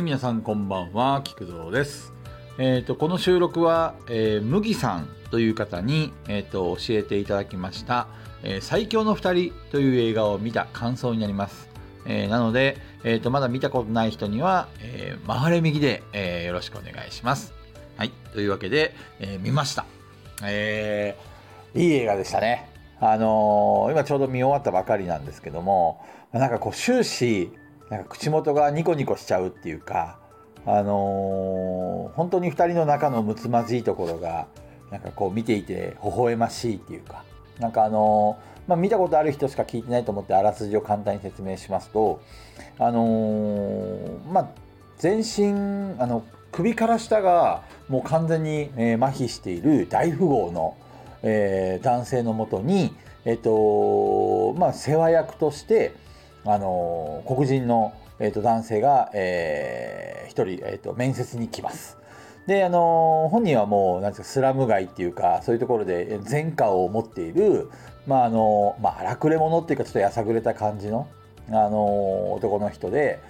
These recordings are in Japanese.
皆さんこんばんは、菊蔵です。この収録は、麦さんという方に、教えていただきました、最強の二人という映画を見た感想になります。なので、まだ見たことない人には、回れ右で、よろしくお願いします。はい、というわけで、見ました。いい映画でしたね。今ちょうど見終わったばかりなんですけども、なんかこう終始なんか口元がニコニコしちゃうっていうか、本当に2人の仲の睦まじいところがなんかこう見ていて微笑ましいっていうか、なんか見たことある人しか聞いてないと思ってあらすじを簡単に説明しますと、全身首から下がもう完全に、麻痺している大富豪の、男性のもとに、世話役として黒人の、男性が、一人、面接に来ます。で、本人はもうなんですか、スラム街っていうかそういうところで前科を持っている、荒くれ者っていうかちょっとやさぐれた感じの、男の人で、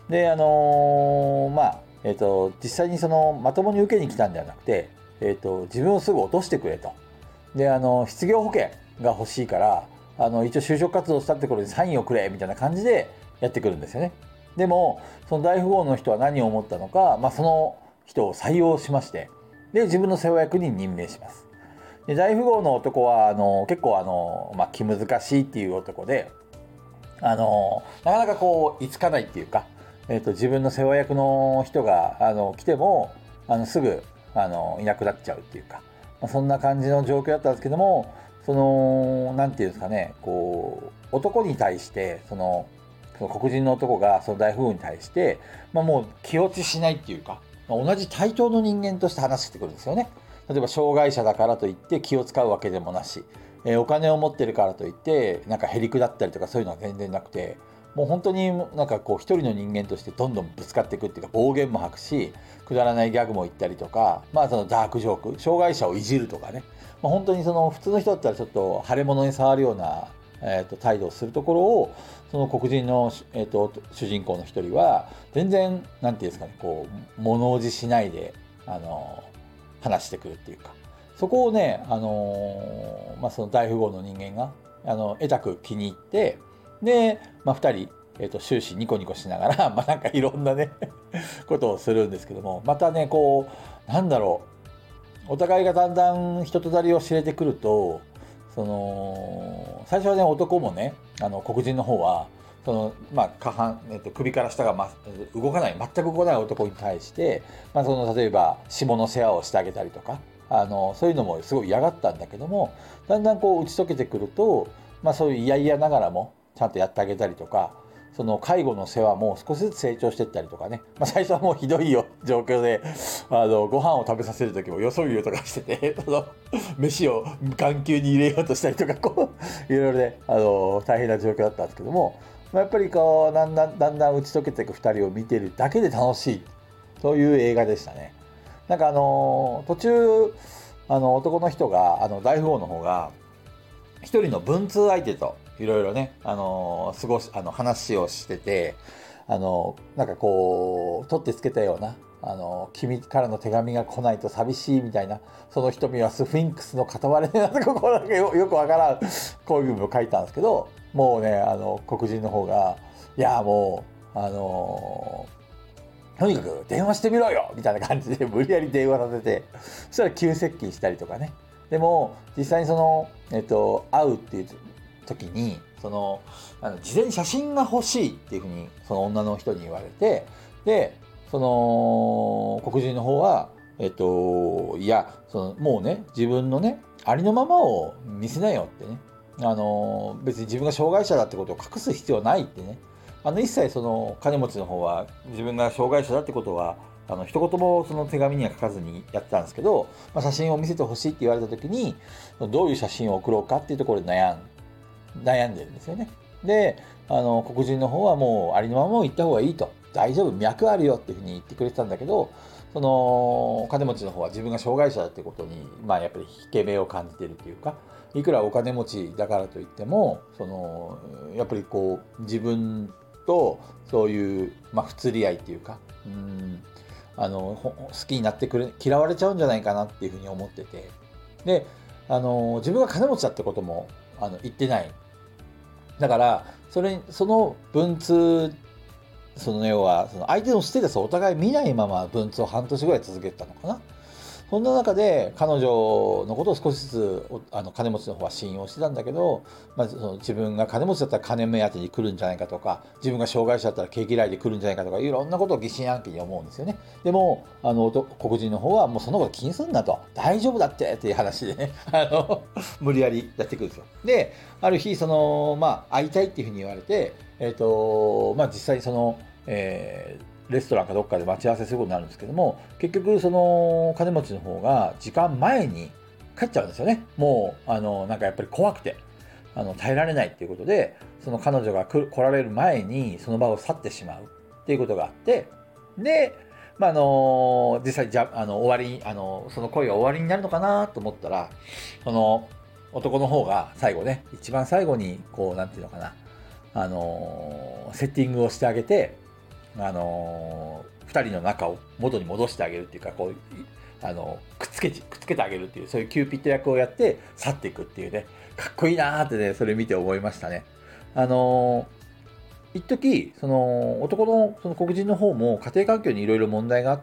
実際にそのまともに受けに来たんではなくて、自分をすぐ落としてくれと。で、失業保険が欲しいから一応就職活動したって頃にサインをくれみたいな感じでやってくるんですよね。でもその大富豪の人は何を思ったのか、その人を採用しまして、で自分の世話役に任命します。で大富豪の男は結構気難しいっていう男で、なかなかこう居つかないっていうか、自分の世話役の人が来てもすぐいなくなっちゃうっていうか、そんな感じの状況だったんですけども、なんていうんですかね、こう男に対してその黒人の男がその大富豪に対して、もう気落ちしないっていうか、同じ対等の人間として話してくるんですよね。例えば障害者だからといって気を使うわけでもなし、お金を持ってるからといってなんかへりくだったりとかそういうのは全然なくて、もう本当になんかこう一人の人間としてどんどんぶつかっていくっていうか、暴言も吐くしくだらないギャグも言ったりとか、そのダークジョーク、障害者をいじるとかね、本当にその普通の人だったらちょっと腫れ物に触るような、態度をするところを、その黒人の、主人公の一人は全然なんていうんですかね、こう物おじしないで話してくるっていうか、そこをね、その大富豪の人間が得たく気に入って、で、2人、終始ニコニコしながらなんかいろんなねことをするんですけども、またねこうなんだろう、お互いがだんだん人となりを知れてくると、最初はね男もね黒人の方は下半、首から下が、動かない、全く動かない男に対して、例えば下の世話をしてあげたりとか、そういうのもすごい嫌がったんだけども、だんだんこう打ち解けてくると、そういう嫌々ながらもちゃんとやってあげたりとか、その介護の世話も少しずつ成長していったりとかね、最初はもうひどい状況でご飯を食べさせる時もよそ見るとかしてて飯を眼球に入れようとしたりとか、こういろいろね大変な状況だったんですけども、やっぱりこうだんだん打ち解けていく2人を見てるだけで楽しい、そういう映画でしたね。なんか途中男の人が大富豪の方が一人の文通相手といろいろね話をしてて、なんかこう取ってつけたような君からの手紙が来ないと寂しいみたいな、その瞳はスフィンクスの片割れなんかこうなんかよくわからんこういう部分を書いたんですけど、もうね黒人の方がいやもうとにかく電話してみろよみたいな感じで無理やり電話させて、そしたら急接近したりとかね。でも実際にその、会うっていう時に事前に写真が欲しいっていうふうにその女の人に言われて、でその黒人の方はいやもうね自分のねありのままを見せなよってね、別に自分が障害者だってことを隠す必要はないってね、一切その金持ちの方は自分が障害者だってことは一言もその手紙には書かずにやってたんですけど、写真を見せてほしいって言われた時にどういう写真を送ろうかっていうところで悩んでるんですよね。で黒人の方はもうありのままを言った方がいいと、大丈夫、脈あるよっていうふうに言ってくれてたんだけど、その金持ちの方は自分が障害者だってことにやっぱり引け目を感じてるっていうか、いくらお金持ちだからといってもやっぱりこう自分とそういう、不釣り合いっていうか、好きになって嫌われちゃうんじゃないかなっていうふうに思ってて、で自分が金持ちだってことも言ってない。だからその文通、要はその相手のステータスをお互い見ないまま文通を半年ぐらい続けてたのかな。そんな中で彼女のことを少しずつ金持ちの方は信用してたんだけど、その自分が金持ちだったら金目当てに来るんじゃないかとか、自分が障害者だったら毛嫌いで来るんじゃないかとか、いろんなことを疑心暗鬼に思うんですよね。でも黒人の方はもうそのこと気にすんなと、大丈夫だっていう話でね無理やりやっていくんですよ。である日会いたいっていうふうに言われて、実際レストランかどっかで待ち合わせすることになるんですけども、結局その金持ちの方が時間前に帰っちゃうんですよね。もうなんかやっぱり怖くて耐えられないっていうことで、その彼女が来られる前にその場を去ってしまうっていうことがあって、で実際終わりその恋が終わりになるのかなと思ったら、その男の方が最後ね、一番最後になんていうのかな、セッティングをしてあげて、2人の仲を元に戻してあげるっていうか、くっつけてあげるっていう、そういうキューピッド役をやって去っていくっていうね、かっこいいなーってね、それ見て思いましたね。一時男のその黒人の方も家庭環境にいろいろ問題があって、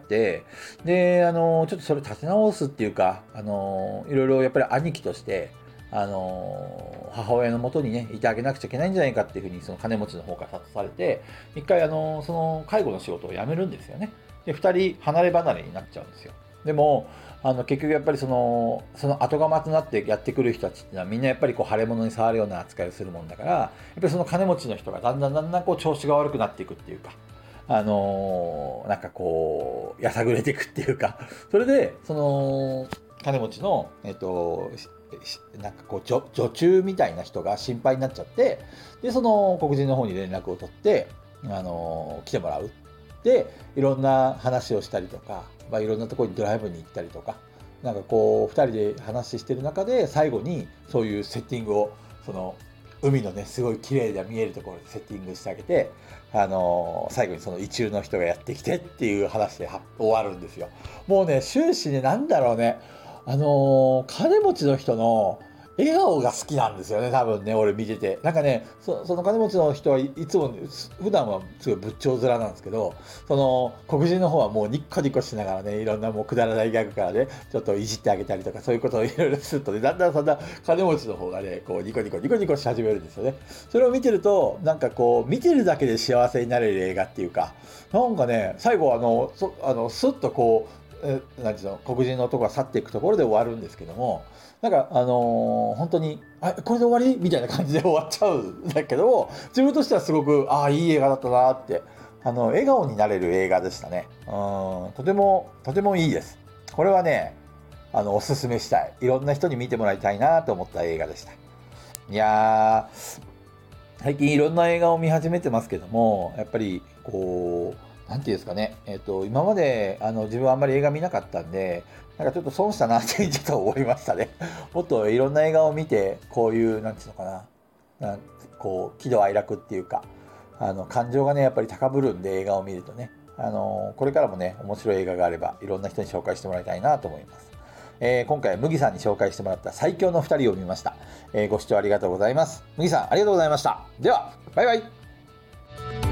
でちょっとそれ立て直すっていうか、いろいろやっぱり兄貴として母親の元にねいてあげなくちゃいけないんじゃないかっていうふうにその金持ちの方から諭されて、一回その介護の仕事を辞めるんですよね。で2人離れ離れになっちゃうんですよ。でも結局やっぱりその後釜となってやってくる人たちっていうのはみんなやっぱり腫れ物に触るような扱いをするもんだから、やっぱりその金持ちの人がだんだん調子が悪くなっていくっていうか、なんかやさぐれていくっていうか、それでその金持ちのなんか女中みたいな人が心配になっちゃって、でその黒人の方に連絡を取って来てもらう。でいろんな話をしたりとか、いろんなところにドライブに行ったりとか、なんか2人で話してる中で最後にそういうセッティングをその海のねすごい綺麗で見えるところでセッティングしてあげて、最後にその意中の人がやってきてっていう話で終わるんですよ。もうね終始ね、なんだろうね、金持ちの人の笑顔が好きなんですよね、多分ね、俺見てて。なんかね、その金持ちの人はいつも、普段はすごい仏頂面なんですけど、その黒人の方はもうニッコニコしながらね、いろんなもうくだらないギャグからね、ちょっといじってあげたりとか、そういうことをいろいろするとね、だんだん金持ちの方がね、ニコニコし始めるんですよね。それを見てると、なんか見てるだけで幸せになれる映画っていうか、なんかね、最後スッとなんていうの、黒人の男が去っていくところで終わるんですけども、なんか本当にこれで終わりみたいな感じで終わっちゃうんだけど、自分としてはすごくいい映画だったなって、笑顔になれる映画でしたね。とてもいいです。これはねおすすめしたい、いろんな人に見てもらいたいなと思った映画でした。いやー、最近いろんな映画を見始めてますけども、やっぱりなんていうんですかね、今まで自分はあんまり映画見なかったんで、なんかちょっと損したなってちょっと思いましたね。もっといろんな映画を見て、こういうなんていうのかな、喜怒哀楽っていうか、感情がねやっぱり高ぶるんで、映画を見るとね、これからもね面白い映画があればいろんな人に紹介してもらいたいなと思います。今回は麦さんに紹介してもらった最強の2人を見ました。ご視聴ありがとうございます。麦さんありがとうございました。ではバイバイ。